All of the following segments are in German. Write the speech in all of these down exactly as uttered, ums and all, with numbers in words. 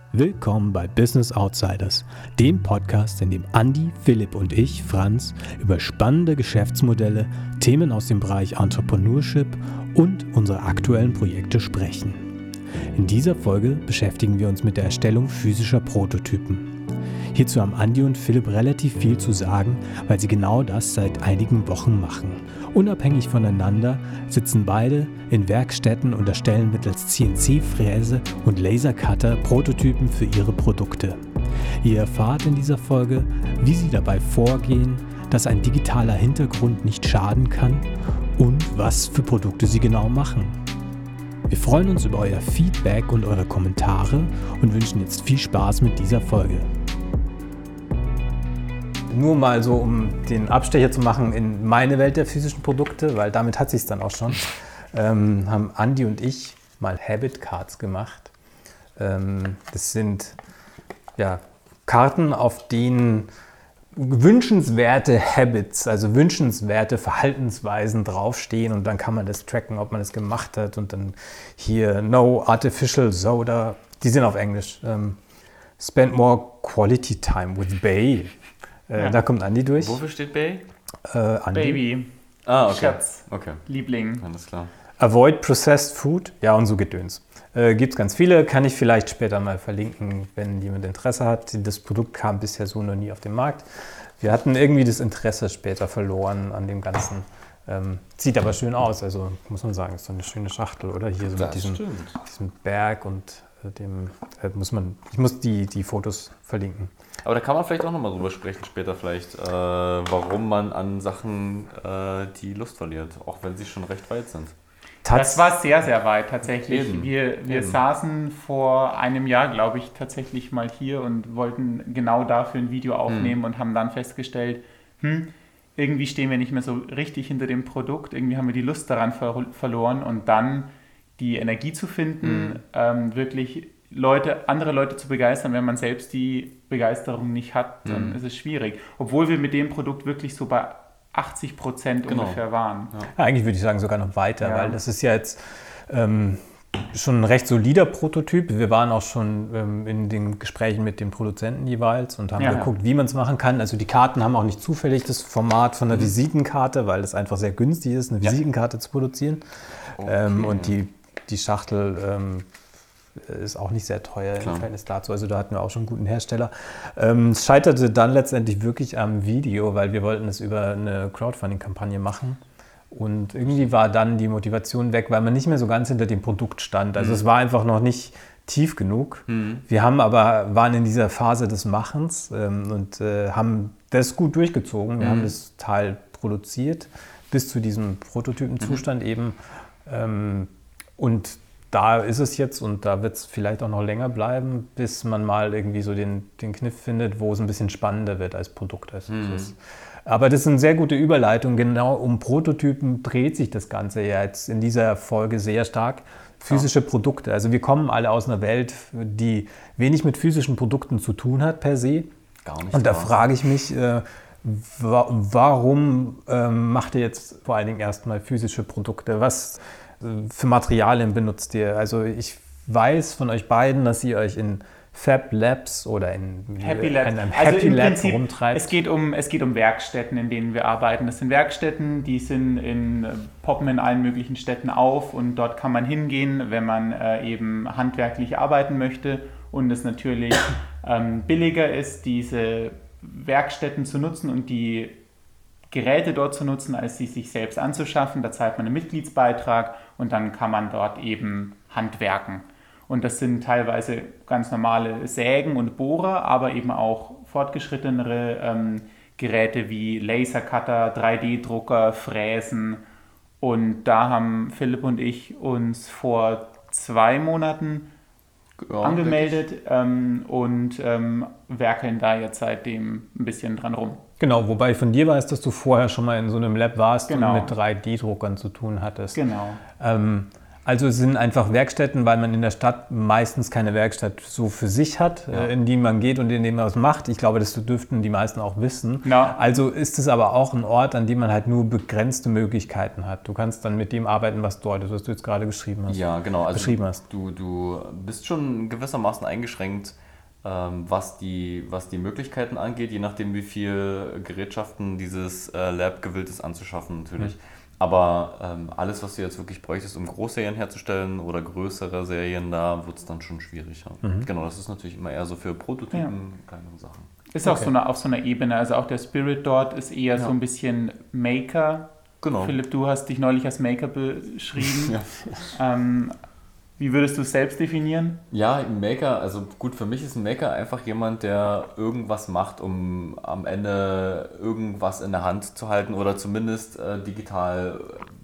Willkommen bei Business Outsiders, dem Podcast, in dem Andi, Philipp und ich, Franz, über spannende Geschäftsmodelle, Themen aus dem Bereich Entrepreneurship und unsere aktuellen Projekte sprechen. In dieser Folge beschäftigen wir uns mit der Erstellung physischer Prototypen. Hierzu haben Andi und Philipp relativ viel zu sagen, weil sie genau das seit einigen Wochen machen. Unabhängig voneinander sitzen beide in Werkstätten und erstellen mittels C N C-Fräse und Lasercutter Prototypen für ihre Produkte. Ihr erfahrt in dieser Folge, wie sie dabei vorgehen, dass ein digitaler Hintergrund nicht schaden kann und was für Produkte sie genau machen. Wir freuen uns über euer Feedback und eure Kommentare und wünschen jetzt viel Spaß mit dieser Folge. Nur mal so, um den Abstecher zu machen in meine Welt der physischen Produkte, weil damit hat sich es dann auch schon, ähm, haben Andi und ich mal Habit Cards gemacht. Ähm, das sind ja, Karten, auf denen wünschenswerte Habits, also wünschenswerte Verhaltensweisen draufstehen und dann kann man das tracken, ob man das gemacht hat und dann hier No Artificial Soda, die sind auf Englisch. Ähm, Spend more quality time with Bay. Äh, ja. Da kommt Andi durch. Wofür steht Bay? Äh, Andi. Baby. Ah, okay. Schatz. Okay. Liebling. Alles klar. Avoid processed food. Ja, und so Gedöns. Äh, Gibt es ganz viele. Kann ich vielleicht später mal verlinken, wenn jemand Interesse hat. Das Produkt kam bisher so noch nie auf den Markt. Wir hatten irgendwie das Interesse später verloren an dem Ganzen. Ähm, sieht aber schön aus. Also muss man sagen, ist so eine schöne Schachtel, oder? Hier so Das mit diesem, stimmt. diesem Berg und äh, dem äh, muss man. Ich muss die, die Fotos verlinken. Aber da kann man vielleicht auch nochmal drüber sprechen später vielleicht, äh, warum man an Sachen äh, die Lust verliert, auch wenn sie schon recht weit sind. Das war sehr, sehr weit tatsächlich. Eben. Wir, wir Eben. saßen vor einem Jahr, glaube ich, tatsächlich mal hier und wollten genau dafür ein Video aufnehmen hm. und haben dann festgestellt, hm, irgendwie stehen wir nicht mehr so richtig hinter dem Produkt, irgendwie haben wir die Lust daran ver- verloren und dann die Energie zu finden, hm. ähm, wirklich Leute, andere Leute zu begeistern, wenn man selbst die Begeisterung nicht hat, dann mhm. ist es schwierig. Obwohl wir mit dem Produkt wirklich so bei achtzig Prozent genau. ungefähr waren. Ja. Ja, eigentlich würde ich sagen sogar noch weiter, ja. weil das ist ja jetzt ähm, schon ein recht solider Prototyp. Wir waren auch schon ähm, in den Gesprächen mit den Produzenten jeweils und haben ja, geguckt, ja. wie man es machen kann. Also die Karten haben auch nicht zufällig das Format von einer mhm. Visitenkarte, weil es einfach sehr günstig ist, eine ja. Visitenkarte zu produzieren. Okay. Ähm, und die, die Schachtel ähm, ist auch nicht sehr teuer Klar. im Verhältnis dazu. Also da hatten wir auch schon einen guten Hersteller. Ähm, es scheiterte dann letztendlich wirklich am Video, weil wir wollten es über eine Crowdfunding-Kampagne machen. Und irgendwie war dann die Motivation weg, weil man nicht mehr so ganz hinter dem Produkt stand. Also mhm. es war einfach noch nicht tief genug. Mhm. Wir haben aber, waren in dieser Phase des Machens ähm, und äh, haben das gut durchgezogen. Wir mhm. haben das Teil produziert bis zu diesem Prototypenzustand mhm. eben. Ähm, und da ist es jetzt und da wird es vielleicht auch noch länger bleiben, bis man mal irgendwie so den, den Kniff findet, wo es ein bisschen spannender wird als Produkt. Also mhm. das ist, aber das ist eine sehr gute Überleitung. Genau um Prototypen dreht sich das Ganze ja jetzt in dieser Folge sehr stark. Physische ja. Produkte. Also wir kommen alle aus einer Welt, die wenig mit physischen Produkten zu tun hat per se. Gar nicht. Und da wahr. frage ich mich, äh, wa- warum ähm, macht ihr jetzt vor allen Dingen erstmal physische Produkte? Was für Materialien benutzt ihr? Also ich weiß von euch beiden, dass ihr euch in Fab Labs oder in Happy Labs, einem Happy also im Lab Prinzip, rumtreibt. Es geht, um, es geht um Werkstätten, in denen wir arbeiten. Das sind Werkstätten, die sind in, poppen in allen möglichen Städten auf und dort kann man hingehen, wenn man äh, eben handwerklich arbeiten möchte und es natürlich ähm, billiger ist, diese Werkstätten zu nutzen und die Geräte dort zu nutzen, als sie sich selbst anzuschaffen. Da zahlt man einen Mitgliedsbeitrag und dann kann man dort eben handwerken. Und das sind teilweise ganz normale Sägen und Bohrer, aber eben auch fortgeschrittenere ähm, Geräte wie Lasercutter, drei D Drucker, Fräsen. Und da haben Philipp und ich uns vor zwei Monaten ja, angemeldet ähm, und ähm, werkeln da jetzt seitdem ein bisschen dran rum. Genau, wobei ich von dir weiß, dass du vorher schon mal in so einem Lab warst genau. und mit drei D Druckern zu tun hattest. Genau. Ähm, Also es sind einfach Werkstätten, weil man in der Stadt meistens keine Werkstatt so für sich hat, ja. in die man geht und in dem man was macht. Ich glaube, das dürften die meisten auch wissen. Ja. Also ist es aber auch ein Ort, an dem man halt nur begrenzte Möglichkeiten hat. Du kannst dann mit dem arbeiten, was dort ist, was du jetzt gerade geschrieben hast. Ja, genau. Also beschrieben hast. Du, du bist schon gewissermaßen eingeschränkt, ähm, was, die, was die Möglichkeiten angeht, je nachdem, wie viel Gerätschaften dieses äh, Lab gewillt ist anzuschaffen natürlich. Hm. Aber ähm, alles, was du jetzt wirklich bräuchtest, um Großserien herzustellen oder größere Serien, da wird es dann schon schwieriger. Mhm. Genau, das ist natürlich immer eher so für Prototypen, ja. kleinere Sachen. Ist auch okay. so eine, auf so einer Ebene, also auch der Spirit dort ist eher ja. so ein bisschen Maker. Genau. Philipp, du hast dich neulich als Maker beschrieben. ja. ähm, Wie würdest du es selbst definieren? Ja, ein Maker, also gut, für mich ist ein Maker einfach jemand, der irgendwas macht, um am Ende irgendwas in der Hand zu halten oder zumindest äh, digital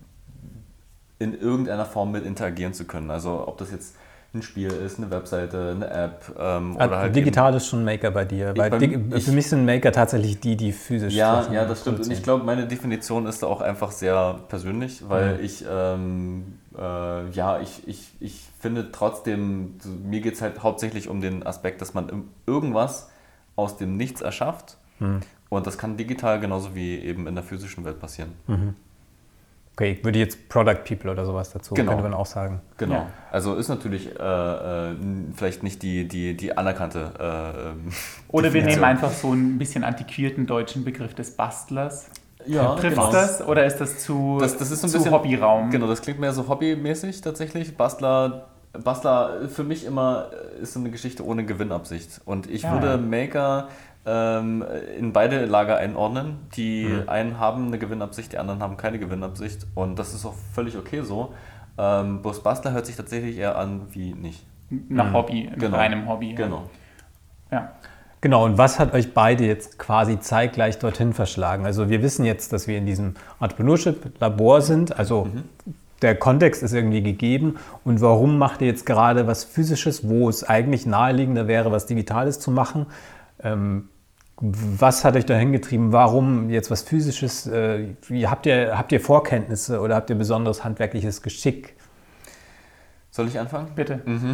in irgendeiner Form mit interagieren zu können. Also ob das jetzt ein Spiel ist, eine Webseite, eine App ähm, also oder halt digital ist schon Maker bei dir. Weil beim, dig- ich, für mich sind Maker tatsächlich die, die physisch Ja, ja, das stimmt. Und ich glaube, meine Definition ist da auch einfach sehr persönlich, weil mhm. ich ähm, äh, ja, ich, ich, ich finde trotzdem, mir geht es halt hauptsächlich um den Aspekt, dass man irgendwas aus dem Nichts erschafft mhm. und das kann digital genauso wie eben in der physischen Welt passieren. Mhm. Okay, ich würde jetzt Product People oder sowas dazu, genau. könnte man auch sagen. Genau, ja. Also ist natürlich äh, äh, vielleicht nicht die, die, die anerkannte äh, Oder wir nehmen einfach so ein bisschen antiquierten deutschen Begriff des Bastlers. Ja, Trifft genau. das oder ist das zu, das, das ist so ein zu bisschen, Hobbyraum? Genau, das klingt mehr so hobbymäßig tatsächlich. Bastler, Bastler für mich immer ist so eine Geschichte ohne Gewinnabsicht. Und ich ja, würde ja. Maker ähm, in beide Lager einordnen. Die mhm. einen haben eine Gewinnabsicht, die anderen haben keine Gewinnabsicht. Und das ist auch völlig okay so. Ähm, bloß Bastler hört sich tatsächlich eher an wie nicht. Nach mhm. Hobby, nach genau. einem Hobby. Ja. Genau. Ja. Genau, und was hat euch beide jetzt quasi zeitgleich dorthin verschlagen? Also wir wissen jetzt, dass wir in diesem Entrepreneurship-Labor sind, also mhm. der Kontext ist irgendwie gegeben. Und warum macht ihr jetzt gerade was Physisches, wo es eigentlich naheliegender wäre, was Digitales zu machen? Ähm, was hat euch dahin getrieben? Warum jetzt was Physisches? Äh, wie, habt ihr, habt ihr Vorkenntnisse oder habt ihr besonderes handwerkliches Geschick? Soll ich anfangen? Bitte. Mhm.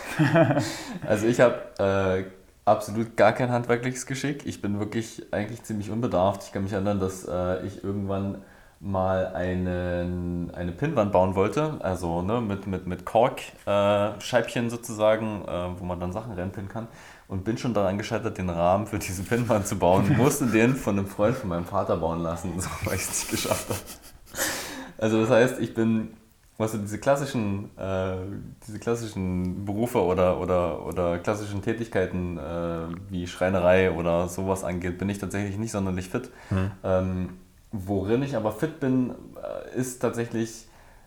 Also ich habe... Äh, absolut gar kein handwerkliches Geschick. Ich bin wirklich eigentlich ziemlich unbedarft. Ich kann mich erinnern, dass äh, ich irgendwann mal einen, eine Pinnwand bauen wollte, also ne, mit, mit, mit Korkscheibchen äh, sozusagen, äh, wo man dann Sachen reinpinnen kann. Und bin schon daran gescheitert, den Rahmen für diese Pinnwand zu bauen. Musste den von einem Freund von meinem Vater bauen lassen, so, weil ich es nicht geschafft habe. Also das heißt, ich bin... Was so diese klassischen, äh, diese klassischen Berufe oder, oder, oder klassischen Tätigkeiten äh, wie Schreinerei oder sowas angeht, bin ich tatsächlich nicht sonderlich fit. Mhm. Ähm, worin ich aber fit bin, äh, ist tatsächlich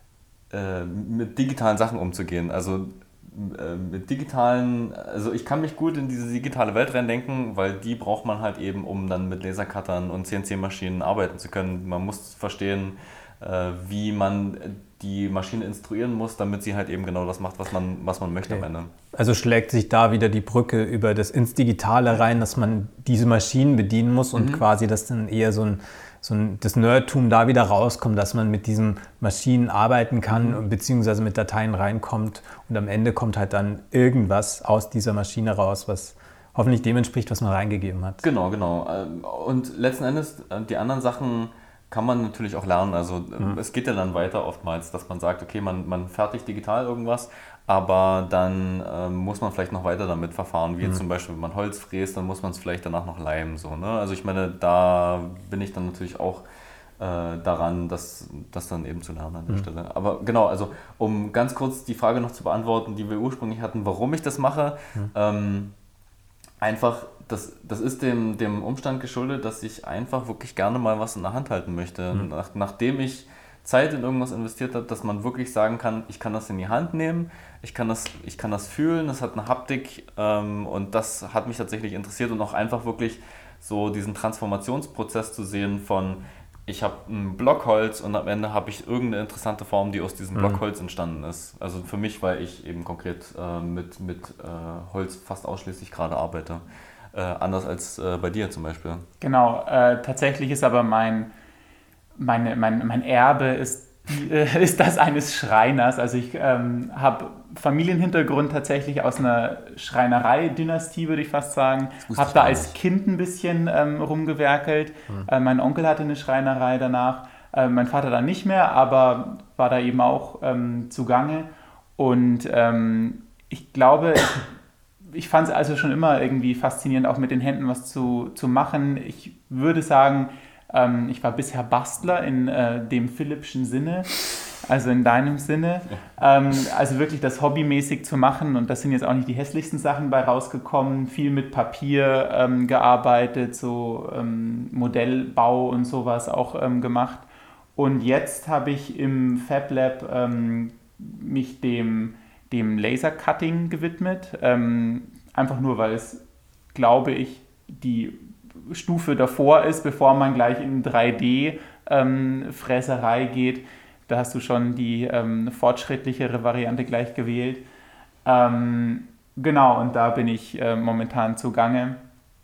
äh, mit digitalen Sachen umzugehen. Also äh, mit digitalen, also ich kann mich gut in diese digitale Welt reindenken, weil die braucht man halt eben, um dann mit Lasercuttern und C N C-Maschinen arbeiten zu können. Man muss verstehen, äh, wie man die Maschine instruieren muss, damit sie halt eben genau das macht, was man, was man möchte okay. am Ende. Also schlägt sich da wieder die Brücke über das ins Digitale rein, dass man diese Maschinen bedienen muss und mhm. quasi das dann eher so ein, so ein das Nerdtum da wieder rauskommt, dass man mit diesen Maschinen arbeiten kann mhm. beziehungsweise mit Dateien reinkommt und am Ende kommt halt dann irgendwas aus dieser Maschine raus, was hoffentlich dem entspricht, was man reingegeben hat. Genau, genau. Und letzten Endes die anderen Sachen kann man natürlich auch lernen. Also mhm. es geht ja dann weiter oftmals, dass man sagt, okay, man, man fertigt digital irgendwas, aber dann ähm, muss man vielleicht noch weiter damit verfahren, wie mhm. zum Beispiel, wenn man Holz fräst, dann muss man es vielleicht danach noch leimen. So, ne? Also ich meine, da bin ich dann natürlich auch äh, daran, das, das dann eben zu lernen an der mhm. Stelle. Aber genau, also um ganz kurz die Frage noch zu beantworten, die wir ursprünglich hatten, warum ich das mache, mhm. ähm, einfach, das, das ist dem, dem Umstand geschuldet, dass ich einfach wirklich gerne mal was in der Hand halten möchte. Mhm. Nach, nachdem ich Zeit in irgendwas investiert habe, dass man wirklich sagen kann, ich kann das in die Hand nehmen, ich kann das, ich kann das fühlen, das hat eine Haptik ähm, und das hat mich tatsächlich interessiert und auch einfach wirklich so diesen Transformationsprozess zu sehen von, ich habe ein Block Holz und am Ende habe ich irgendeine interessante Form, die aus diesem Block Holz entstanden ist. Also für mich, weil ich eben konkret äh, mit, mit äh, Holz fast ausschließlich gerade arbeite. Äh, anders als äh, bei dir zum Beispiel. Genau, äh, tatsächlich ist aber mein, meine, mein, mein Erbe ist die, äh, ist das eines Schreiners. Also ich ähm, habe Familienhintergrund tatsächlich aus einer Schreinerei-Dynastie, würde ich fast sagen. Habe da als Kind ein bisschen ähm, rumgewerkelt. Hm. Äh, mein Onkel hatte eine Schreinerei danach. Äh, mein Vater dann nicht mehr, aber war da eben auch ähm, zugange. Und ähm, ich glaube, ich, ich fand es also schon immer irgendwie faszinierend, auch mit den Händen was zu, zu machen. Ich würde sagen, ähm, ich war bisher Bastler in äh, dem Philippschen Sinne, also in deinem Sinne. Ähm, also wirklich das hobbymäßig zu machen, und das sind jetzt auch nicht die hässlichsten Sachen bei rausgekommen. Viel mit Papier ähm, gearbeitet, so ähm, Modellbau und sowas auch ähm, gemacht. Und jetzt habe ich im Fab Lab ähm, mich dem, dem Lasercutting gewidmet. Ähm, einfach nur, weil es, glaube ich, die Stufe davor ist, bevor man gleich in drei D-Fräserei ähm, geht. Da hast du schon die ähm, fortschrittlichere Variante gleich gewählt. Ähm, genau, und da bin ich äh, momentan zugange.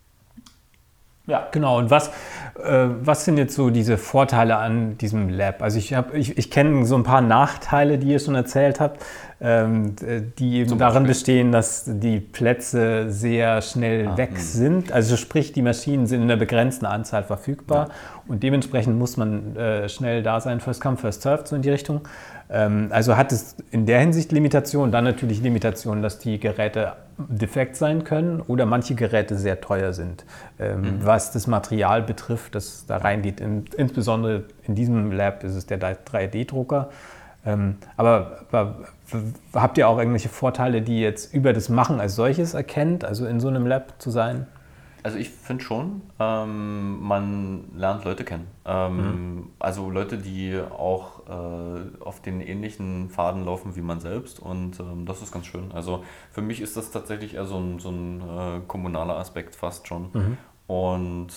Ja. Genau, und was, äh, was sind jetzt so diese Vorteile an diesem Lab? Also ich, hab, ich, ich kenne so ein paar Nachteile, die ihr schon erzählt habt, ähm, die eben darin bestehen, dass die Plätze sehr schnell ah, weg mh. sind. Also sprich, die Maschinen sind in einer begrenzten Anzahl verfügbar, ja. und dementsprechend muss man äh, schnell da sein, first come, first served, so in die Richtung. Ähm, also hat es in der Hinsicht Limitationen, dann natürlich Limitationen, dass die Geräte defekt sein können oder manche Geräte sehr teuer sind, ähm, mhm. was das Material betrifft, das da reingeht. In, insbesondere in diesem Lab ist es der drei D-Drucker. Ähm, aber, aber habt ihr auch irgendwelche Vorteile, die ihr jetzt über das Machen als solches erkennt, also in so einem Lab zu sein? Also ich finde schon, ähm, man lernt Leute kennen. Ähm, mhm. Also Leute, die auch äh, auf den ähnlichen Pfaden laufen wie man selbst, und ähm, das ist ganz schön. Also für mich ist das tatsächlich eher so ein, so ein äh, kommunaler Aspekt fast schon. Mhm. Und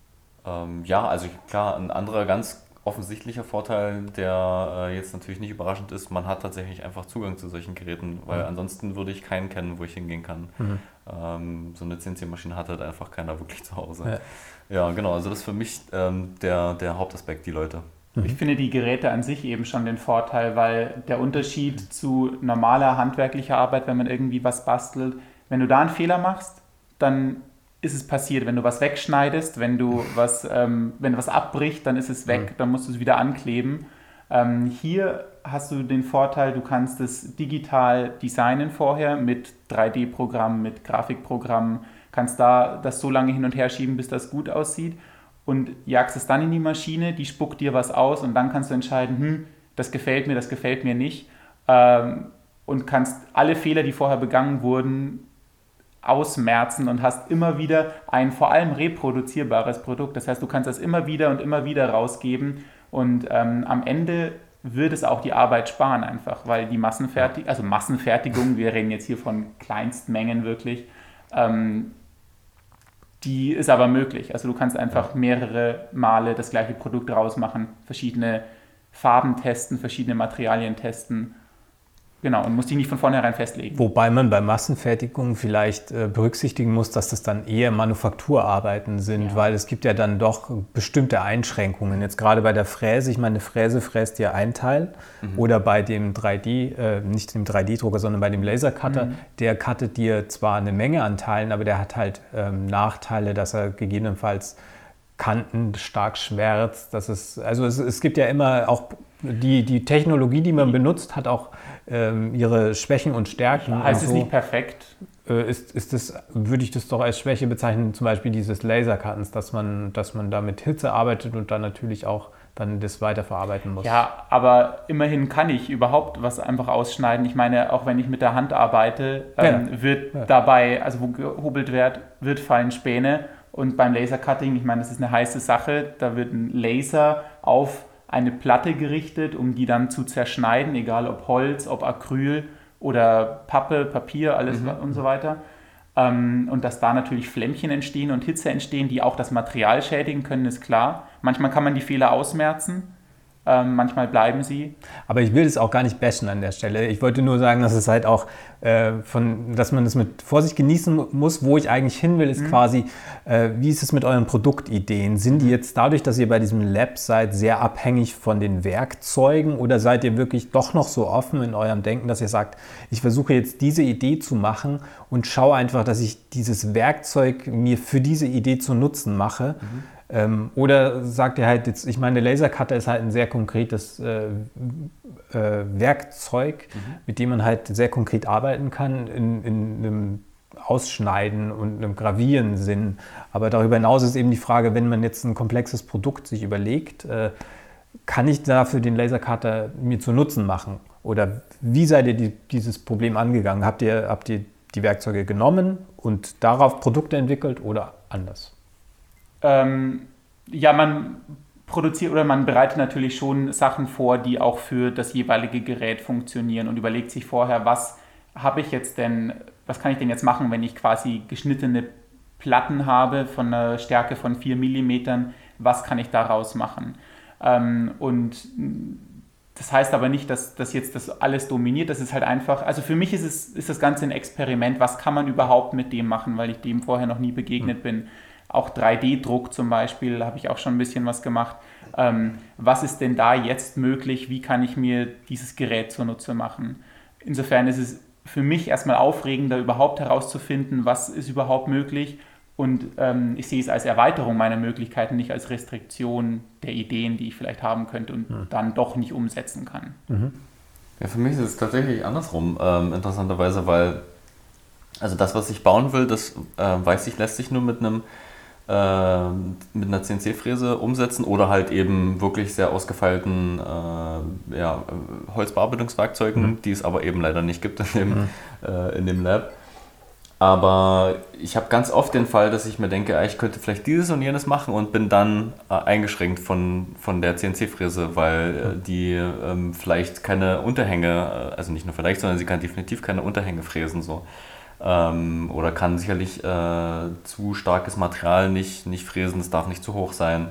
ähm, ja, also klar, ein anderer ganz offensichtlicher Vorteil, der äh, jetzt natürlich nicht überraschend ist, man hat tatsächlich einfach Zugang zu solchen Geräten, weil mhm. ansonsten würde ich keinen kennen, wo ich hingehen kann. Mhm. Ähm, so eine C N C-Maschine hat halt einfach keiner wirklich zu Hause. Ja, ja, genau, also das ist für mich ähm, der, der Hauptaspekt, die Leute. Mhm. Ich finde die Geräte an sich eben schon den Vorteil, weil der Unterschied mhm. zu normaler handwerklicher Arbeit, wenn man irgendwie was bastelt, wenn du da einen Fehler machst, dann ist es passiert. Wenn du was wegschneidest, wenn du was, ähm, wenn was abbricht, dann ist es weg, mhm. dann musst du es wieder ankleben. Ähm, hier hast du den Vorteil, du kannst es digital designen vorher mit drei D-Programmen, mit Grafikprogrammen, kannst da das so lange hin und her schieben, bis das gut aussieht, und jagst es dann in die Maschine, die spuckt dir was aus, und dann kannst du entscheiden, hm, das gefällt mir, das gefällt mir nicht, ähm, und kannst alle Fehler, die vorher begangen wurden, ausmerzen und hast immer wieder ein vor allem reproduzierbares Produkt. Das heißt, du kannst das immer wieder und immer wieder rausgeben, und ähm, am Ende wird es auch die Arbeit sparen einfach, weil die Massenfertigung, also Massenfertigung, wir reden jetzt hier von Kleinstmengen wirklich, ähm, die ist aber möglich. Also du kannst einfach mehrere Male das gleiche Produkt rausmachen, verschiedene Farben testen, verschiedene Materialien testen. Genau, und muss die nicht von vornherein festlegen. Wobei man bei Massenfertigung vielleicht äh, berücksichtigen muss, dass das dann eher Manufakturarbeiten sind, ja. weil es gibt ja dann doch bestimmte Einschränkungen. Jetzt gerade bei der Fräse, ich meine, eine Fräse fräst ja ein Teil, mhm. oder bei dem drei D, äh, nicht dem drei D-Drucker, sondern bei dem Lasercutter, mhm. der cuttet dir zwar eine Menge an Teilen, aber der hat halt ähm, Nachteile, dass er gegebenenfalls Kanten stark schwärzt. Dass es, also es, es gibt ja immer auch die, die Technologie, die man benutzt, hat auch ähm, ihre Schwächen und Stärken. Ja, es ist so, nicht perfekt. Äh, ist, ist das, würde ich das doch als Schwäche bezeichnen, zum Beispiel dieses Lasercuttens, dass man, dass man da mit Hitze arbeitet und dann natürlich auch dann das weiterverarbeiten muss. Ja, aber immerhin kann ich überhaupt was einfach ausschneiden. Ich meine, auch wenn ich mit der Hand arbeite, ähm, ja. wird ja. dabei, also wo gehobelt wird, wird fallen Späne. Und beim Lasercutting, ich meine, das ist eine heiße Sache, da wird ein Laser auf eine Platte gerichtet, um die dann zu zerschneiden, egal ob Holz, ob Acryl oder Pappe, Papier, alles mhm. und so weiter. Ähm, und dass da natürlich Flämmchen entstehen und Hitze entstehen, die auch das Material schädigen können, ist klar. Manchmal kann man die Fehler ausmerzen, Ähm, manchmal bleiben sie. Aber ich will es auch gar nicht bashen an der Stelle. Ich wollte nur sagen, dass es halt auch äh, von, dass man es mit Vorsicht genießen muss. Wo ich eigentlich hin will, ist mhm. quasi, äh, wie ist es mit euren Produktideen? Sind die jetzt dadurch, dass ihr bei diesem Lab seid, sehr abhängig von den Werkzeugen oder seid ihr wirklich doch noch so offen in eurem Denken, dass ihr sagt, ich versuche jetzt diese Idee zu machen und schaue einfach, dass ich dieses Werkzeug mir für diese Idee zu Nutzen mache? Mhm. Ähm, oder sagt ihr halt jetzt, ich meine, der Lasercutter ist halt ein sehr konkretes äh, äh, Werkzeug, mhm. mit dem man halt sehr konkret arbeiten kann in, in einem Ausschneiden und einem gravieren Sinn. Aber darüber hinaus ist eben die Frage, wenn man jetzt ein komplexes Produkt sich überlegt, äh, kann ich dafür den Lasercutter mir zu Nutzen machen? Oder wie seid ihr die, dieses Problem angegangen? Habt ihr, habt ihr die Werkzeuge genommen und darauf Produkte entwickelt oder anders? Ähm, ja, man produziert oder man bereitet natürlich schon Sachen vor, die auch für das jeweilige Gerät funktionieren und überlegt sich vorher, was habe ich jetzt denn, was kann ich denn jetzt machen, wenn ich quasi geschnittene Platten habe von einer Stärke von vier Millimetern, was kann ich daraus machen? Ähm, und das heißt aber nicht, dass das jetzt das alles dominiert, das ist halt einfach, also für mich ist es ist das Ganze ein Experiment, was kann man überhaupt mit dem machen, weil ich dem vorher noch nie begegnet bin. Auch drei D Druck zum Beispiel, da habe ich auch schon ein bisschen was gemacht. Ähm, was ist denn da jetzt möglich? Wie kann ich mir dieses Gerät zunutze machen? Insofern ist es für mich erstmal aufregender, überhaupt herauszufinden, was ist überhaupt möglich. Und ähm, ich sehe es als Erweiterung meiner Möglichkeiten, nicht als Restriktion der Ideen, die ich vielleicht haben könnte und mhm. dann doch nicht umsetzen kann. Mhm. Ja, für mich ist es tatsächlich andersrum, ähm, interessanterweise, weil also das, was ich bauen will, das äh, weiß ich, lässt sich nur mit einem Äh, mit einer C N C-Fräse umsetzen oder halt eben wirklich sehr ausgefeilten äh, ja, Holzbearbeitungswerkzeugen, mhm. die es aber eben leider nicht gibt in dem, mhm. äh, in dem Lab. Aber ich habe ganz oft den Fall, dass ich mir denke, ich könnte vielleicht dieses und jenes machen und bin dann äh, eingeschränkt von, von der C N C-Fräse, weil äh, die ähm, vielleicht keine Unterhänge, also nicht nur vielleicht, sondern sie kann definitiv keine Unterhänge fräsen. So. Ähm, oder kann sicherlich äh, zu starkes Material nicht, nicht fräsen, es darf nicht zu hoch sein.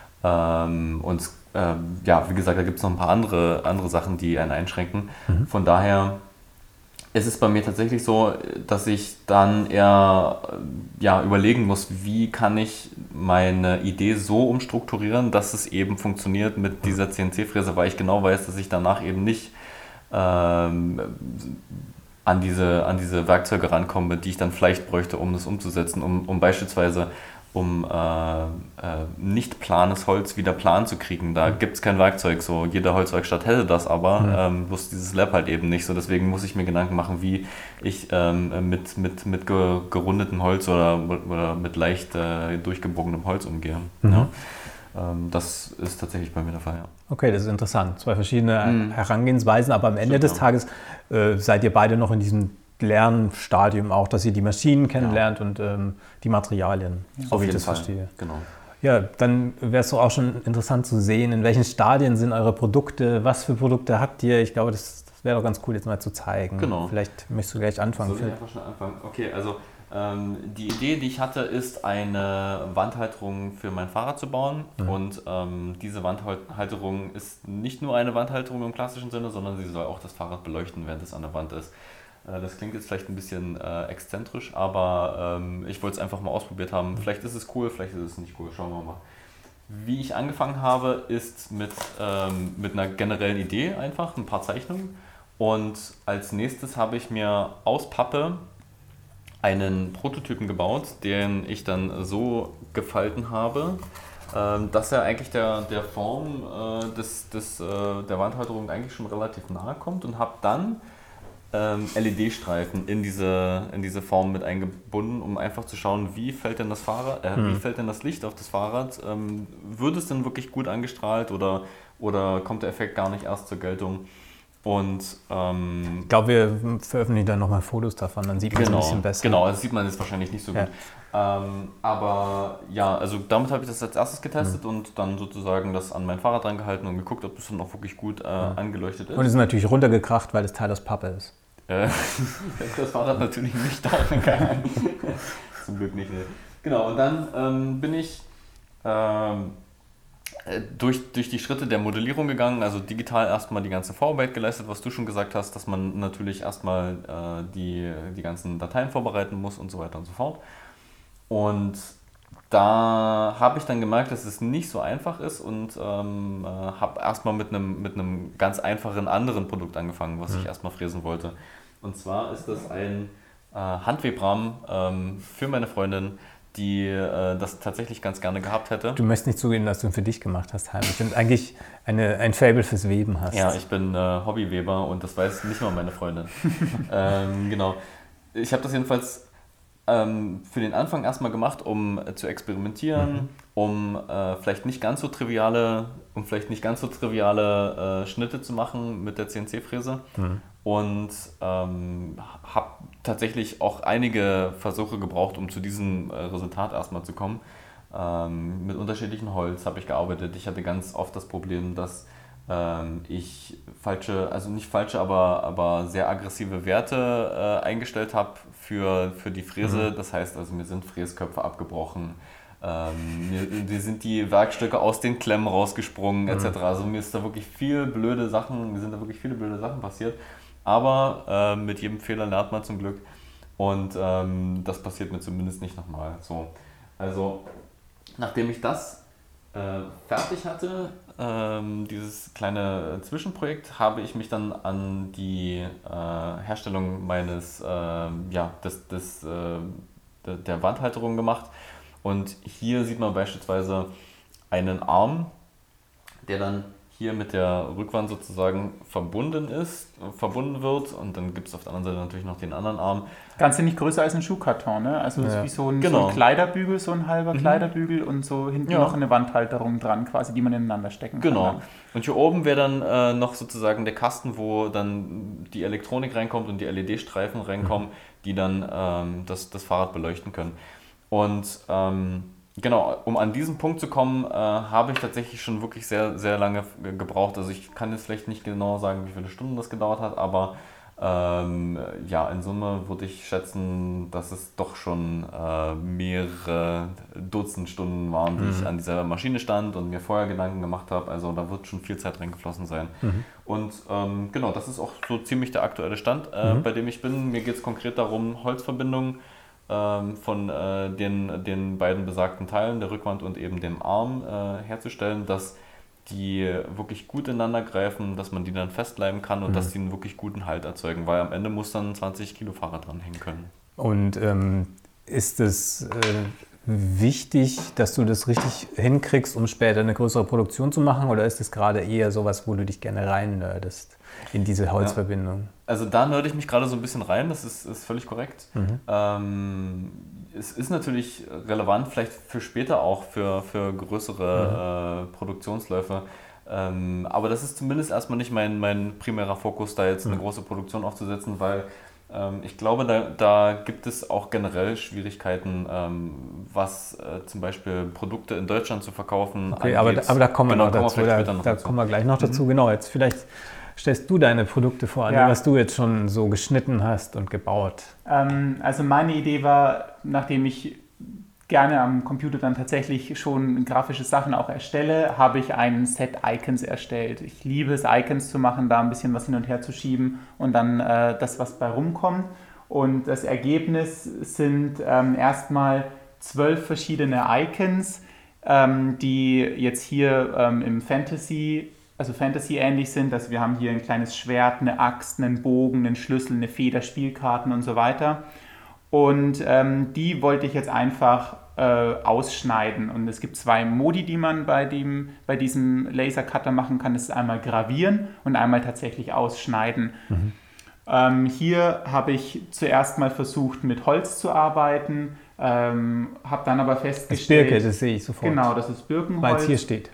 Ähm, und äh, ja, wie gesagt, da gibt es noch ein paar andere, andere Sachen, die einen einschränken. Mhm. Von daher ist es bei mir tatsächlich so, dass ich dann eher ja, überlegen muss, wie kann ich meine Idee so umstrukturieren, dass es eben funktioniert mit dieser C N C-Fräse, weil ich genau weiß, dass ich danach eben nicht ähm, an diese, an diese Werkzeuge rankomme, die ich dann vielleicht bräuchte, um das umzusetzen, um, um beispielsweise um äh, äh, nicht planes Holz wieder plan zu kriegen. Da mhm. gibt es kein Werkzeug, so jede Holzwerkstatt hätte das, aber mhm. ähm, bloß dieses Lab halt eben nicht. So, deswegen muss ich mir Gedanken machen, wie ich ähm, mit, mit, mit ge, gerundetem Holz oder, oder mit leicht äh, durchgebogenem Holz umgehe. Mhm. Ja. Ähm, das ist tatsächlich bei mir der Fall, ja. Okay, das ist interessant. Zwei verschiedene mhm. Herangehensweisen, aber am Ende Stimmt, des ja. Tages äh, seid ihr beide noch in diesem Lernstadium auch, dass ihr die Maschinen kennenlernt ja. und ähm, die Materialien, ja. so Auf wie ich jeden das Fall. verstehe. Genau. Ja, dann wäre es doch auch schon interessant zu sehen, in welchen Stadien sind eure Produkte, was für Produkte habt ihr. Ich glaube, das, das wäre doch ganz cool, jetzt mal zu zeigen. Genau. Vielleicht möchtest du gleich anfangen. Soll ich einfach schon anfangen? Okay, also ähm, die Idee, die ich hatte, ist eine Wandhalterung für mein Fahrrad zu bauen. Mhm. Und ähm, diese Wandhalterung ist nicht nur eine Wandhalterung im klassischen Sinne, sondern sie soll auch das Fahrrad beleuchten, während es an der Wand ist. Das klingt jetzt vielleicht ein bisschen äh, exzentrisch, aber ähm, ich wollte es einfach mal ausprobiert haben. Vielleicht ist es cool, vielleicht ist es nicht cool, schauen wir mal. Wie ich angefangen habe, ist mit, ähm, mit einer generellen Idee einfach, ein paar Zeichnungen. Und als nächstes habe ich mir aus Pappe einen Prototypen gebaut, den ich dann so gefalten habe, ähm, dass er eigentlich der, der Form äh, des, des, äh, der Wandhalterung eigentlich schon relativ nahe kommt und habe dann L E D-Streifen in diese, in diese Form mit eingebunden, um einfach zu schauen, wie fällt denn das Fahrrad, äh, mhm. wie fällt denn das Licht auf das Fahrrad? Ähm, wird es denn wirklich gut angestrahlt oder, oder kommt der Effekt gar nicht erst zur Geltung? Und ähm, ich glaube, wir veröffentlichen dann nochmal Fotos davon, dann sieht man es genau, ein bisschen besser. Genau, das sieht man jetzt wahrscheinlich nicht so gut. Ja. Ähm, aber ja, also damit habe ich das als erstes getestet mhm. und dann sozusagen das an mein Fahrrad dran gehalten und geguckt, ob das dann auch wirklich gut äh, mhm. angeleuchtet ist. Und es ist natürlich runtergekracht, weil das Teil aus Pappe ist. Das Fahrrad natürlich nicht da. Zum Glück nicht. Ne. Genau, und dann ähm, bin ich ähm, durch, durch die Schritte der Modellierung gegangen, also digital erstmal die ganze Vorarbeit geleistet, was du schon gesagt hast, dass man natürlich erstmal äh, die, die ganzen Dateien vorbereiten muss und so weiter und so fort. Und da habe ich dann gemerkt, dass es nicht so einfach ist und ähm, äh, habe erstmal mit einem mit einem ganz einfachen anderen Produkt angefangen, was mhm. ich erstmal fräsen wollte. Und zwar ist das ein äh, Handwebrahmen ähm, für meine Freundin, die äh, das tatsächlich ganz gerne gehabt hätte. Du möchtest nicht zugeben, dass du ihn für dich gemacht hast, heimlich und eigentlich eine, ein Faible fürs Weben hast. Ja, ich bin äh, Hobbyweber und das weiß nicht mal meine Freundin. ähm, genau. Ich habe das jedenfalls ähm, für den Anfang erstmal gemacht, um äh, zu experimentieren, mhm. um äh, vielleicht nicht ganz so triviale, um vielleicht nicht ganz so triviale äh, Schnitte zu machen mit der C N C-Fräse. Mhm. Und ähm, habe tatsächlich auch einige Versuche gebraucht, um zu diesem äh, Resultat erstmal zu kommen. Ähm, mit unterschiedlichem Holz habe ich gearbeitet. Ich hatte ganz oft das Problem, dass ähm, ich falsche, also nicht falsche, aber, aber sehr aggressive Werte äh, eingestellt habe für, für die Fräse. Mhm. Das heißt also, mir sind Fräsköpfe abgebrochen. Ähm, mir, mir sind die Werkstücke aus den Klemmen rausgesprungen, mhm. et cetera. Also mir ist da wirklich viel blöde Sachen, mir sind da wirklich viele blöde Sachen passiert. Aber äh, mit jedem Fehler lernt man zum Glück und ähm, das passiert mir zumindest nicht nochmal. So. Also nachdem ich das äh, fertig hatte, ähm, dieses kleine Zwischenprojekt, habe ich mich dann an die äh, Herstellung meines, äh, ja, des, des, äh, der, der Wandhalterung gemacht. Und hier sieht man beispielsweise einen Arm, der dann hier mit der Rückwand sozusagen verbunden ist, verbunden wird und dann gibt es auf der anderen Seite natürlich noch den anderen Arm. Ganz nicht größer als ein Schuhkarton, ne? Also ja. ist wie so ein, genau. so ein Kleiderbügel, so ein halber mhm. Kleiderbügel und so hinten ja. noch eine Wandhalterung dran quasi, die man ineinander stecken kann. Genau. Und hier oben wäre dann äh, noch sozusagen der Kasten, wo dann die Elektronik reinkommt und die L E D-Streifen reinkommen, mhm. die dann ähm, das, das Fahrrad beleuchten können. Und ähm, genau, um an diesen Punkt zu kommen, äh, habe ich tatsächlich schon wirklich sehr, sehr lange gebraucht. Also ich kann jetzt vielleicht nicht genau sagen, wie viele Stunden das gedauert hat, aber ähm, ja, in Summe würde ich schätzen, dass es doch schon äh, mehrere Dutzend Stunden waren, die mhm. ich an dieser Maschine stand und mir vorher Gedanken gemacht habe. Also da wird schon viel Zeit reingeflossen sein. Mhm. Und ähm, genau, das ist auch so ziemlich der aktuelle Stand, äh, mhm. bei dem ich bin. Mir geht es konkret darum, Holzverbindungen von äh, den, den beiden besagten Teilen, der Rückwand und eben dem Arm, äh, herzustellen, dass die wirklich gut ineinander greifen, dass man die dann festleiben kann und mhm. dass die einen wirklich guten Halt erzeugen, weil am Ende muss dann ein zwanzig Kilo Fahrrad dranhängen können. Und ähm, ist es äh, wichtig, dass du das richtig hinkriegst, um später eine größere Produktion zu machen, oder ist es gerade eher sowas, wo du dich gerne rein nerdest in diese Holzverbindung? Ja. Also da nörde ich mich gerade so ein bisschen rein, das ist, ist völlig korrekt. Mhm. Ähm, es ist natürlich relevant, vielleicht für später auch, für, für größere mhm. äh, Produktionsläufe. Ähm, aber das ist zumindest erstmal nicht mein, mein primärer Fokus, da jetzt eine mhm. große Produktion aufzusetzen, weil ähm, ich glaube, da, da gibt es auch generell Schwierigkeiten, ähm, was äh, zum Beispiel Produkte in Deutschland zu verkaufen okay, angeht. Aber, aber da kommen wir genau, noch dazu, wir da, noch da dazu. kommen wir gleich noch dazu. Mhm. Genau, jetzt vielleicht stellst du deine Produkte vor, ja. was du jetzt schon so geschnitten hast und gebaut? Ähm, also meine Idee war, nachdem ich gerne am Computer dann tatsächlich schon grafische Sachen auch erstelle, habe ich ein Set Icons erstellt. Ich liebe es, Icons zu machen, da ein bisschen was hin und her zu schieben und dann äh, das, was bei rumkommt. Und das Ergebnis sind ähm, erstmal zwölf verschiedene Icons, ähm, die jetzt hier ähm, im Fantasy also Fantasy-ähnlich sind. Also wir haben hier ein kleines Schwert, eine Axt, einen Bogen, einen Schlüssel, eine Feder, Spielkarten und so weiter. Und ähm, die wollte ich jetzt einfach äh, ausschneiden. Und es gibt zwei Modi, die man bei, dem, bei diesem Lasercutter machen kann. Das ist einmal gravieren und einmal tatsächlich ausschneiden. Mhm. Ähm, hier habe ich zuerst mal versucht, mit Holz zu arbeiten, ähm, habe dann aber festgestellt... Das Birke, das sehe ich sofort. Genau, das ist Birkenholz. Weil es hier steht.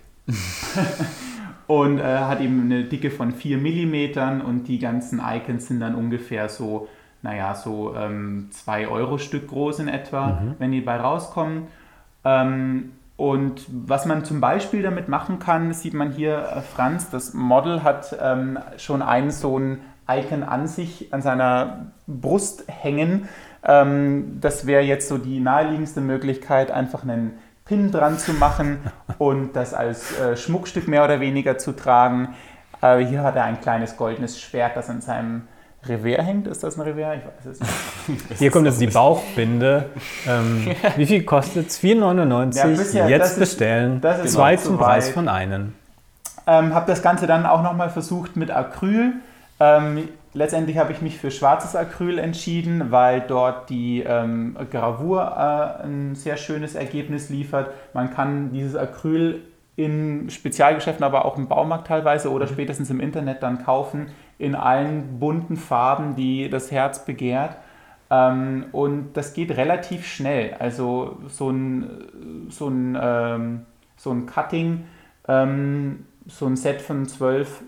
Und äh, hat eben eine Dicke von vier Millimetern und die ganzen Icons sind dann ungefähr so, naja, so ähm, zwei Euro Stück groß in etwa, mhm. wenn die bei rauskommen. Ähm, und was man zum Beispiel damit machen kann, sieht man hier, äh, Franz, das Model hat ähm, schon einen so ein Icon an sich, an seiner Brust hängen. Ähm, das wäre jetzt so die naheliegendste Möglichkeit, einfach einen Pin dran zu machen und das als äh, Schmuckstück mehr oder weniger zu tragen. Äh, hier hat er ein kleines goldenes Schwert, das an seinem Revers hängt. Ist das ein Revers? Ich weiß es nicht. Hier kommt jetzt die Bauchbinde. Ähm, wie viel kostet es? vier neunundneunzig. Ja, bisher, jetzt das bestellen. Ist, das ist Zwei noch zum zu Preis weit. von einem. Ähm, habe das Ganze dann auch nochmal versucht mit Acryl. Ähm, letztendlich habe ich mich für schwarzes Acryl entschieden, weil dort die ähm, Gravur äh, ein sehr schönes Ergebnis liefert. Man kann dieses Acryl in Spezialgeschäften, aber auch im Baumarkt teilweise oder spätestens im Internet dann kaufen, in allen bunten Farben, die das Herz begehrt. Ähm, und das geht relativ schnell. Also so ein, so ein, ähm, so ein Cutting, ähm, so ein Set von zwölf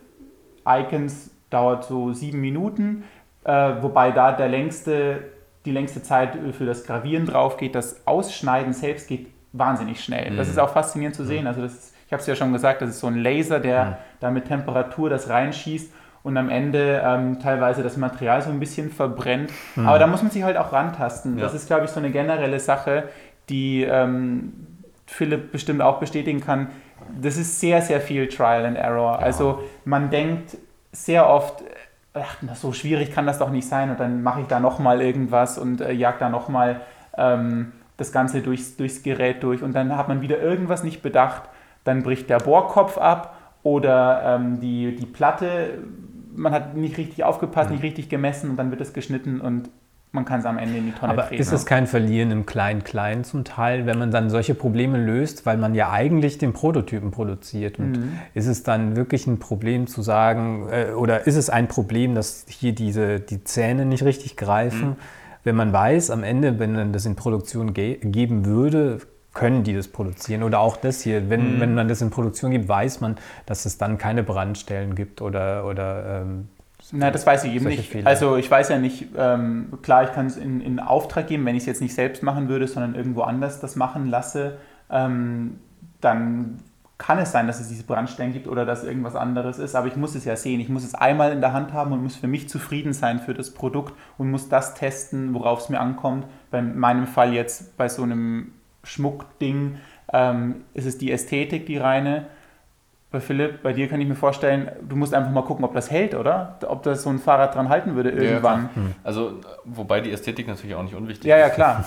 Icons dauert so sieben Minuten, äh, wobei da der längste, die längste Zeit für das Gravieren drauf geht. Das Ausschneiden selbst geht wahnsinnig schnell. Mhm. Das ist auch faszinierend zu sehen. Also das ist, ich habe es ja schon gesagt, das ist so ein Laser, der mhm. da mit Temperatur das reinschießt und am Ende ähm, teilweise das Material so ein bisschen verbrennt. Mhm. Aber da muss man sich halt auch rantasten. Ja. Das ist, glaube ich, so eine generelle Sache, die ähm, Philipp bestimmt auch bestätigen kann. Das ist sehr, sehr viel Trial and Error. Ja. Also man denkt sehr oft, ach, so schwierig kann das doch nicht sein und dann mache ich da nochmal irgendwas und äh, jag da nochmal ähm, das Ganze durchs, durchs Gerät durch und dann hat man wieder irgendwas nicht bedacht, dann bricht der Bohrkopf ab oder ähm, die, die Platte, man hat nicht richtig aufgepasst, mhm. nicht richtig gemessen und dann wird es geschnitten und man kann es am Ende in die Tonne Aber treten. Ist es kein Verlieren im Klein-Klein zum Teil, wenn man dann solche Probleme löst, weil man ja eigentlich den Prototypen produziert? Und mhm. ist es dann wirklich ein Problem zu sagen, äh, oder ist es ein Problem, dass hier diese, die Zähne nicht richtig greifen? Mhm. Wenn man weiß, am Ende, wenn man das in Produktion ge- geben würde, können die das produzieren? Oder auch das hier, wenn, mhm. wenn man das in Produktion gibt, weiß man, dass es dann keine Brandstellen gibt oder... oder ähm, Na, das weiß ich eben nicht. Fehler. Also ich weiß ja nicht, ähm, klar, ich kann es in, in Auftrag geben, wenn ich es jetzt nicht selbst machen würde, sondern irgendwo anders das machen lasse, ähm, dann kann es sein, dass es diese Brandstellen gibt oder dass irgendwas anderes ist, aber ich muss es ja sehen. Ich muss es einmal in der Hand haben und muss für mich zufrieden sein für das Produkt und muss das testen, worauf es mir ankommt. Bei meinem Fall jetzt bei so einem Schmuckding ähm, ist es die Ästhetik, die reine. Bei Philipp, bei dir kann ich mir vorstellen, du musst einfach mal gucken, ob das hält, oder? Ob das so ein Fahrrad dran halten würde irgendwann. Ja, hm. Also, wobei die Ästhetik natürlich auch nicht unwichtig ja, ist. Ja, ja, klar.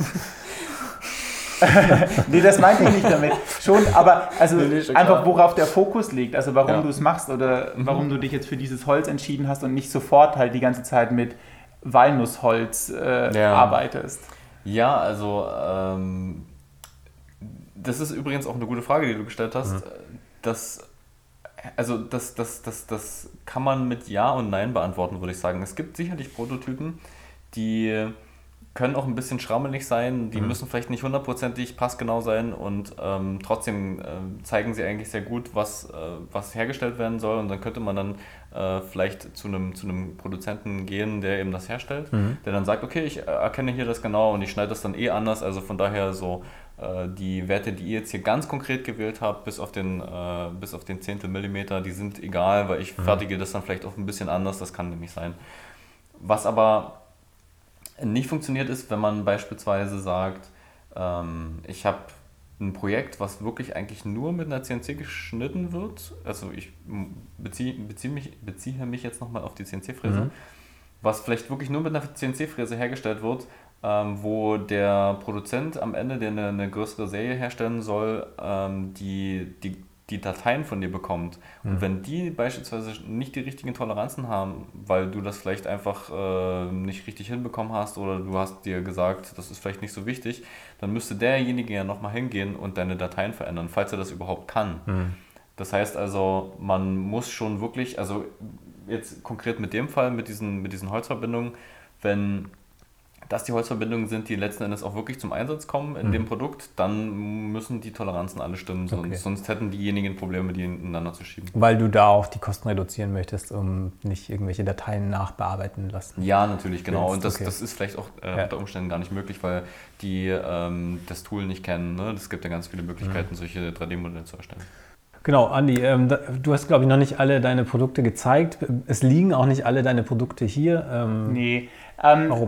Nee, das meinte ich nicht damit. Schon, aber also nee, nee, einfach, worauf der Fokus liegt, also warum ja. du es machst oder mhm. warum du dich jetzt für dieses Holz entschieden hast und nicht sofort halt die ganze Zeit mit Walnussholz äh, ja. arbeitest. Ja, also ähm, das ist übrigens auch eine gute Frage, die du gestellt hast. Mhm. Das, also das, das, das, das kann man mit Ja und Nein beantworten, würde ich sagen. Es gibt sicherlich Prototypen, die können auch ein bisschen schrammelig sein, die mhm. müssen vielleicht nicht hundertprozentig passgenau sein und ähm, trotzdem äh, zeigen sie eigentlich sehr gut, was, äh, was hergestellt werden soll und dann könnte man dann äh, vielleicht zu einem, zu einem Produzenten gehen, der eben das herstellt, mhm. der dann sagt, okay, ich erkenne hier das genau und ich schneide das dann eh anders, also von daher so äh, die Werte, die ihr jetzt hier ganz konkret gewählt habt, bis auf den, äh, bis auf den Zehntel Millimeter, die sind egal, weil ich mhm. fertige das dann vielleicht auch ein bisschen anders, das kann nämlich sein. Was aber nicht funktioniert ist, wenn man beispielsweise sagt, ähm, ich habe ein Projekt, was wirklich eigentlich nur mit einer C N C geschnitten wird, also ich beziehe, beziehe, mich, beziehe mich jetzt nochmal auf die C N C-Fräse, mhm. was vielleicht wirklich nur mit einer C N C-Fräse hergestellt wird, ähm, wo der Produzent am Ende, der eine, eine größere Serie herstellen soll, ähm, die, die die Dateien von dir bekommt. Und mhm. wenn die beispielsweise nicht die richtigen Toleranzen haben, weil du das vielleicht einfach äh, nicht richtig hinbekommen hast oder du hast dir gesagt, das ist vielleicht nicht so wichtig, dann müsste derjenige ja nochmal hingehen und deine Dateien verändern, falls er das überhaupt kann. Mhm. Das heißt also, man muss schon wirklich, also jetzt konkret mit dem Fall, mit diesen, mit diesen Holzverbindungen, wenn das die Holzverbindungen sind, die letzten Endes auch wirklich zum Einsatz kommen in mhm. dem Produkt, dann müssen die Toleranzen alle stimmen, sonst, okay. sonst hätten diejenigen Probleme, die ineinander zu schieben. Weil du da auch die Kosten reduzieren möchtest, um nicht irgendwelche Dateien nachbearbeiten lassen. Ja, natürlich, genau. Und das, okay. das ist vielleicht auch äh, ja. unter Umständen gar nicht möglich, weil die ähm, das Tool nicht kennen. Ne? Es gibt ja ganz viele Möglichkeiten, mhm. solche drei D-Modelle zu erstellen. Genau, Andi, ähm, da, du hast, glaube ich, noch nicht alle deine Produkte gezeigt. Es liegen auch nicht alle deine Produkte hier. Ähm, nee. Ähm, warum?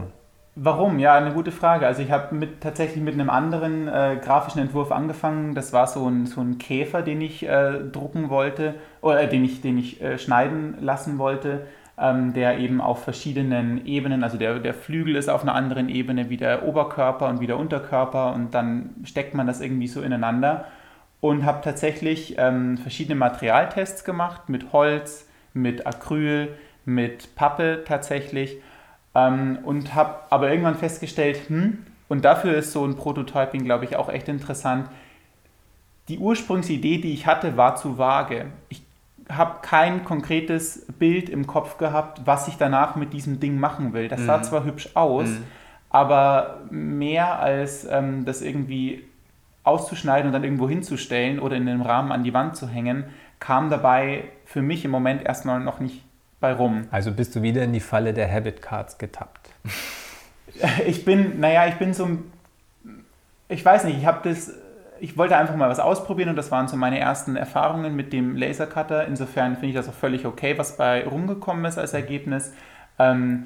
Warum? Ja, eine gute Frage. Also ich habe mit, tatsächlich mit einem anderen äh, grafischen Entwurf angefangen. Das war so ein, so ein Käfer, den ich äh, drucken wollte, oder äh, den ich, den ich äh, schneiden lassen wollte, ähm, der eben auf verschiedenen Ebenen, also der, der Flügel ist auf einer anderen Ebene wie der Oberkörper und wie der Unterkörper, und dann steckt man das irgendwie so ineinander, und habe tatsächlich ähm, verschiedene Materialtests gemacht mit Holz, mit Acryl, mit Pappe tatsächlich. Ähm, und habe aber irgendwann festgestellt, hm, und dafür ist so ein Prototyping, glaube ich, auch echt interessant. Die Ursprungsidee, die ich hatte, war zu vage. Ich habe kein konkretes Bild im Kopf gehabt, was ich danach mit diesem Ding machen will. Das sah Mhm. zwar hübsch aus, Mhm. aber mehr als ähm, das irgendwie auszuschneiden und dann irgendwo hinzustellen oder in einem Rahmen an die Wand zu hängen, kam dabei für mich im Moment erstmal noch nicht bei rum. Also bist du wieder in die Falle der Habit Cards getappt? Ich bin, naja, ich bin so, ich weiß nicht, ich habe das, ich wollte einfach mal was ausprobieren, und das waren so meine ersten Erfahrungen mit dem Lasercutter. Insofern finde ich das auch völlig okay, was bei rumgekommen ist als Ergebnis. Ähm,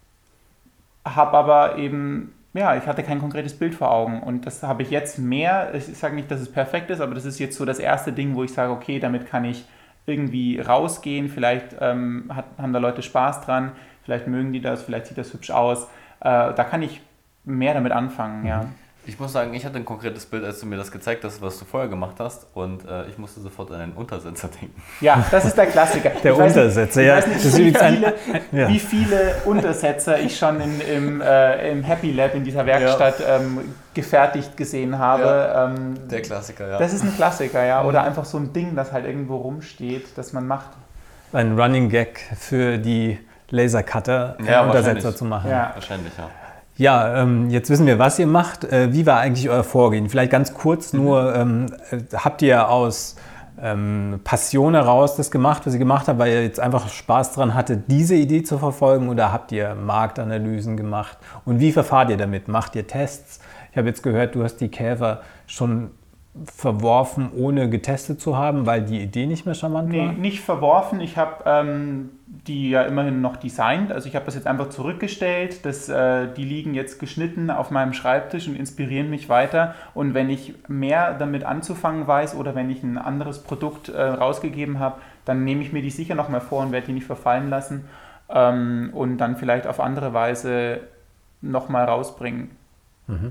habe aber eben, ja, ich hatte kein konkretes Bild vor Augen, und das habe ich jetzt mehr. Ich sage nicht, dass es perfekt ist, aber das ist jetzt so das erste Ding, wo ich sage, okay, damit kann ich irgendwie rausgehen, vielleicht ähm, hat, haben da Leute Spaß dran, vielleicht mögen die das, vielleicht sieht das hübsch aus. Äh, da kann ich mehr damit anfangen, ja. Ich muss sagen, ich hatte ein konkretes Bild, als du mir das gezeigt hast, was du vorher gemacht hast, und äh, ich musste sofort an einen Untersetzer denken. Ja, das ist der Klassiker. Der Ich weiß nicht- Untersetzer, ich ja. weiß nicht, Das ist wie, übrigens ein- viele, ja. wie viele Untersetzer ich schon in, im, äh, im Happy Lab in dieser Werkstatt ähm, gefertigt gesehen habe. Ja. Ähm, Der Klassiker, ja. Das ist ein Klassiker, ja. Oder einfach so ein Ding, das halt irgendwo rumsteht, das man macht. Ein Running Gag für die Lasercutter, einen Ja, Untersetzer wahrscheinlich. zu machen. Ja. Wahrscheinlich, ja. Ja, ähm, jetzt wissen wir, was ihr macht. Äh, wie war eigentlich euer Vorgehen? Vielleicht ganz kurz nur, ähm, äh, habt ihr aus ähm, Passion heraus das gemacht, was ihr gemacht habt, weil ihr jetzt einfach Spaß dran hattet, diese Idee zu verfolgen, oder habt ihr Marktanalysen gemacht? Und wie verfahrt ihr damit? Macht ihr Tests? Ich habe jetzt gehört, du hast die Käfer schon verworfen, ohne getestet zu haben, weil die Idee nicht mehr charmant Nee, war? nicht verworfen. Ich habe ähm, die ja immerhin noch designt. Also ich habe das jetzt einfach zurückgestellt. Das, äh, die liegen jetzt geschnitten auf meinem Schreibtisch und inspirieren mich weiter. Und wenn ich mehr damit anzufangen weiß oder wenn ich ein anderes Produkt äh, rausgegeben habe, dann nehme ich mir die sicher noch mal vor und werde die nicht verfallen lassen. Ähm, und dann vielleicht auf andere Weise noch mal rausbringen. Mhm.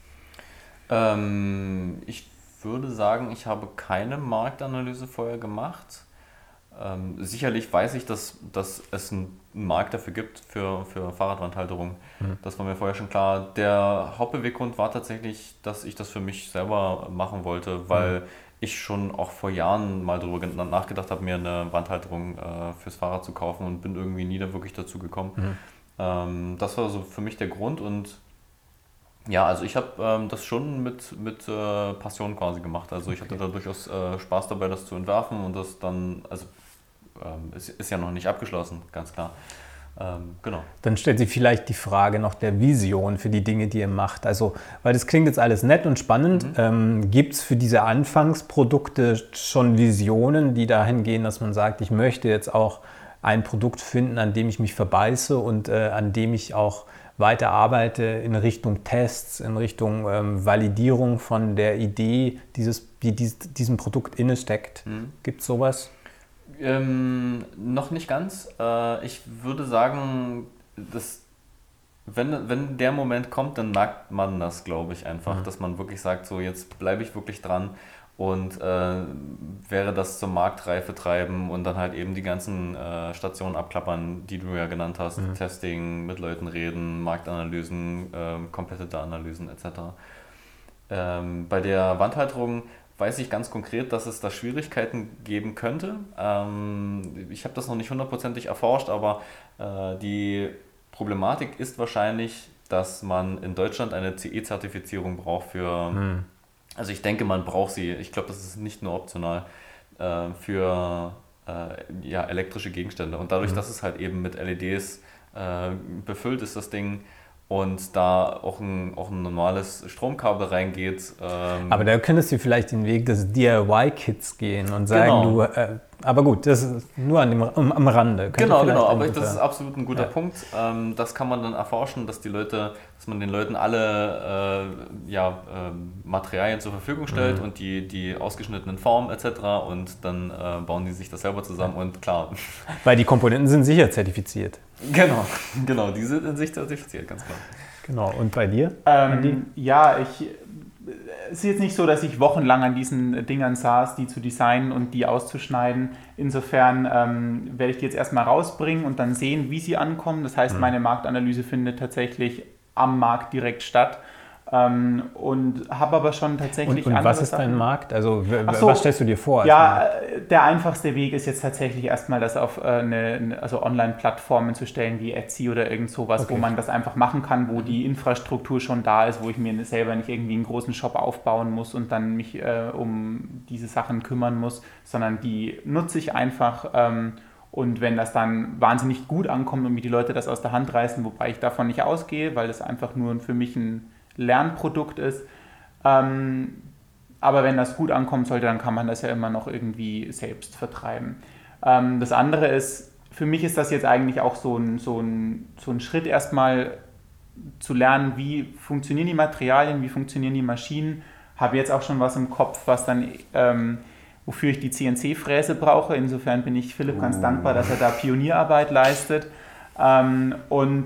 Ähm, ich würde sagen, ich habe keine Marktanalyse vorher gemacht. Ähm, sicherlich weiß ich, dass, dass es einen Markt dafür gibt, für, für Fahrradwandhalterung. Mhm. Das war mir vorher schon klar. Der Hauptbeweggrund war tatsächlich, dass ich das für mich selber machen wollte, weil mhm. ich schon auch vor Jahren mal darüber nachgedacht habe, mir eine Wandhalterung äh, fürs Fahrrad zu kaufen, und bin irgendwie nie da wirklich dazu gekommen. Mhm. Ähm, das war so für mich der Grund, und ja, also ich habe ähm, das schon mit, mit äh, Passion quasi gemacht. Also ich Okay. hatte da durchaus äh, Spaß dabei, das zu entwerfen, und das dann, also ähm, es ist ja noch nicht abgeschlossen, ganz klar. Ähm, genau. Dann stellt sich vielleicht die Frage noch der Vision für die Dinge, die ihr macht. Also, weil das klingt jetzt alles nett und spannend. Mhm. Ähm, gibt es für diese Anfangsprodukte schon Visionen, die dahin gehen, dass man sagt, ich möchte jetzt auch ein Produkt finden, an dem ich mich verbeiße und äh, an dem ich auch weiter arbeite in Richtung Tests, in Richtung ähm, Validierung von der Idee, dieses, die dies, diesem Produkt inne steckt. Mhm. Gibt es sowas? Ähm, noch nicht ganz. Äh, ich würde sagen, dass wenn, wenn der Moment kommt, dann merkt man das, glaube ich, einfach, mhm. dass man wirklich sagt, so jetzt bleibe ich wirklich dran, und äh, wäre das zur Marktreife treiben und dann halt eben die ganzen äh, Stationen abklappern, die du ja genannt hast, mhm. Testing, mit Leuten reden, Marktanalysen, äh, Competitor-Analysen et cetera. Ähm, bei der Wandhalterung weiß ich ganz konkret, dass es da Schwierigkeiten geben könnte. Ähm, ich habe das noch nicht hundertprozentig erforscht, aber äh, die Problematik ist wahrscheinlich, dass man in Deutschland eine C E-Zertifizierung braucht für, hm. also ich denke, man braucht sie, ich glaube, das ist nicht nur optional, äh, für äh, ja, elektrische Gegenstände. Und dadurch, hm. dass es halt eben mit L E Ds äh, befüllt ist, das Ding, und da auch ein, auch ein normales Stromkabel reingeht. Ähm aber da könntest du vielleicht den Weg des D I Y-Kits gehen und sagen, genau. du, äh, aber gut, das ist nur an dem, um, am Rande. Könnte genau, genau, ein aber guter, das ist absolut ein guter ja. Punkt. Ähm, das kann man dann erforschen, dass die Leute, dass man den Leuten alle äh, ja, äh, Materialien zur Verfügung stellt mhm. und die, die ausgeschnittenen Formen et cetera und dann äh, bauen die sich das selber zusammen ja. und klar. Weil die Komponenten sind sicher zertifiziert. Genau, genau, die sind in sich zertifiziert, ganz klar. Genau, und bei dir? Ähm, ja, ich, es ist jetzt nicht so, dass ich wochenlang an diesen Dingern saß, die zu designen und die auszuschneiden. Insofern ähm, werde ich die jetzt erstmal rausbringen und dann sehen, wie sie ankommen. Das heißt, mhm. meine Marktanalyse findet tatsächlich am Markt direkt statt. Ähm, und habe aber schon tatsächlich Und, und andere was ist Sachen. dein Markt? Also w- so, was stellst du dir vor? Ja, der einfachste Weg ist jetzt tatsächlich erstmal das auf äh, eine, also Online-Plattformen zu stellen wie Etsy oder irgend sowas, okay. wo man das einfach machen kann, wo die Infrastruktur schon da ist, wo ich mir selber nicht irgendwie einen großen Shop aufbauen muss und dann mich äh, um diese Sachen kümmern muss, sondern die nutze ich einfach ähm, und wenn das dann wahnsinnig gut ankommt und mir die Leute das aus der Hand reißen, wobei ich davon nicht ausgehe, weil das einfach nur für mich ein Lernprodukt ist. Ähm, aber wenn das gut ankommen sollte, dann kann man das ja immer noch irgendwie selbst vertreiben. Ähm, das andere ist, für mich ist das jetzt eigentlich auch so ein, so ein, so ein Schritt erstmal zu lernen, wie funktionieren die Materialien, wie funktionieren die Maschinen. Habe jetzt auch schon was im Kopf, was dann, ähm, wofür ich die C N C-Fräse brauche. Insofern bin ich Philipp ganz dankbar, dass er da Pionierarbeit leistet. Ähm, und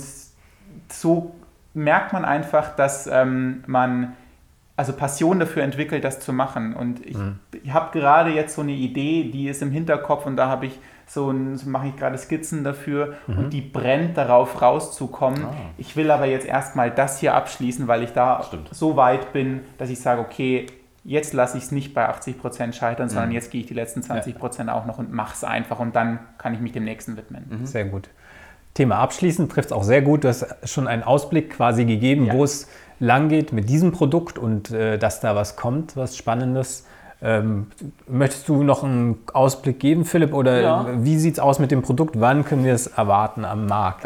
so merkt man einfach, dass ähm, man also Passion dafür entwickelt, das zu machen. Und ich, mhm. ich habe gerade jetzt so eine Idee, die ist im Hinterkopf und da habe ich so, ein, so mache ich gerade Skizzen dafür mhm. und die brennt darauf rauszukommen. Ah. Ich will aber jetzt erstmal das hier abschließen, weil ich da Stimmt. so weit bin, dass ich sage, okay, jetzt lasse ich es nicht bei achtzig Prozent scheitern, mhm. sondern jetzt gehe ich die letzten zwanzig Prozent ja. auch noch und mache es einfach und dann kann ich mich dem nächsten widmen. Mhm. Sehr gut. Thema abschließen trifft es auch sehr gut. Du hast schon einen Ausblick quasi gegeben, ja. wo es lang geht mit diesem Produkt und äh, dass da was kommt, was Spannendes. Ähm, möchtest du noch einen Ausblick geben, Philipp? Oder ja. wie sieht es aus mit dem Produkt? Wann können wir es erwarten am Markt?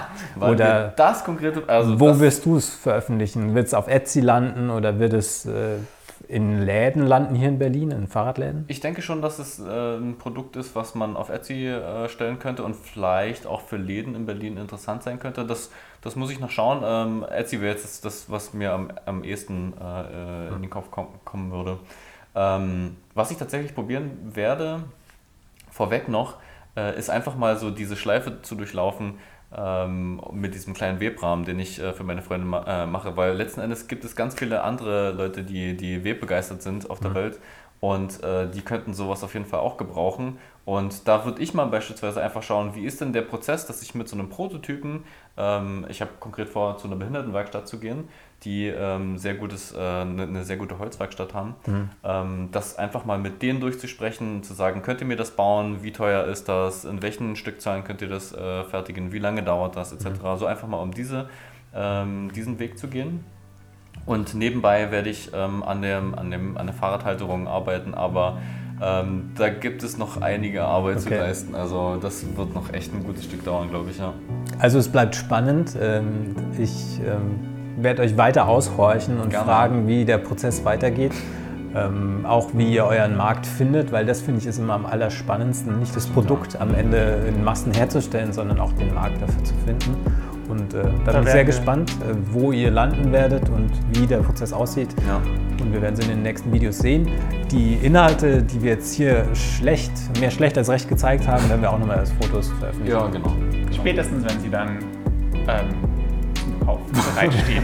Oder das konkrete, also wo das wirst du es veröffentlichen? Wird es auf Etsy landen oder wird es äh, in Läden landen hier in Berlin, in Fahrradläden? Ich denke schon, dass es äh, ein Produkt ist, was man auf Etsy äh, stellen könnte und vielleicht auch für Läden in Berlin interessant sein könnte. Das, das muss ich noch schauen. Ähm, Etsy wäre jetzt das, das, was mir am, am ehesten äh, in den Kopf kom- kommen würde. Ähm, was ich tatsächlich probieren werde, vorweg noch, äh, ist einfach mal so diese Schleife zu durchlaufen, Ähm, mit diesem kleinen Webrahmen, den ich äh, für meine Freunde ma- äh, mache, weil letzten Endes gibt es ganz viele andere Leute, die, die webbegeistert sind auf der mhm. Welt und äh, die könnten sowas auf jeden Fall auch gebrauchen und da würde ich mal beispielsweise einfach schauen, wie ist denn der Prozess, dass ich mit so einem Prototypen, ähm, ich habe konkret vor, zu einer Behindertenwerkstatt zu gehen, die ähm, sehr gutes, äh, eine, eine sehr gute Holzwerkstatt haben, mhm. ähm, das einfach mal mit denen durchzusprechen, zu sagen, könnt ihr mir das bauen, wie teuer ist das, in welchen Stückzahlen könnt ihr das äh, fertigen, wie lange dauert das, et cetera. Mhm. So einfach mal um diese, ähm, diesen Weg zu gehen. Und nebenbei werde ich ähm, an, dem, an, dem, an der Fahrradhalterung arbeiten, aber ähm, da gibt es noch einige Arbeit okay. zu leisten. Also das wird noch echt ein gutes Stück dauern, glaube ich, ja. Also es bleibt spannend. Ähm, ich ähm werde euch weiter aushorchen und Gerne. fragen, wie der Prozess weitergeht. Ähm, auch wie ihr euren Markt findet, weil das finde ich ist immer am allerspannendsten, nicht das Produkt am Ende in Massen herzustellen, sondern auch den Markt dafür zu finden. Und äh, da, da bin ich sehr gespannt, äh, wo ihr landen werdet und wie der Prozess aussieht. Ja. Und wir werden es in den nächsten Videos sehen. Die Inhalte, die wir jetzt hier schlecht, mehr schlecht als recht gezeigt haben, werden wir auch nochmal als Fotos veröffentlichen. Ja, genau. Spätestens, wenn sie dann ähm, bereitstehen.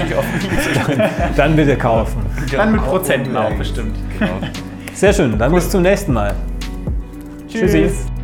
Dann bitte kaufen. Dann mit Prozenten auch bestimmt. Genau. Sehr schön, dann cool. Bis zum nächsten Mal. Tschüss. Tschüssi.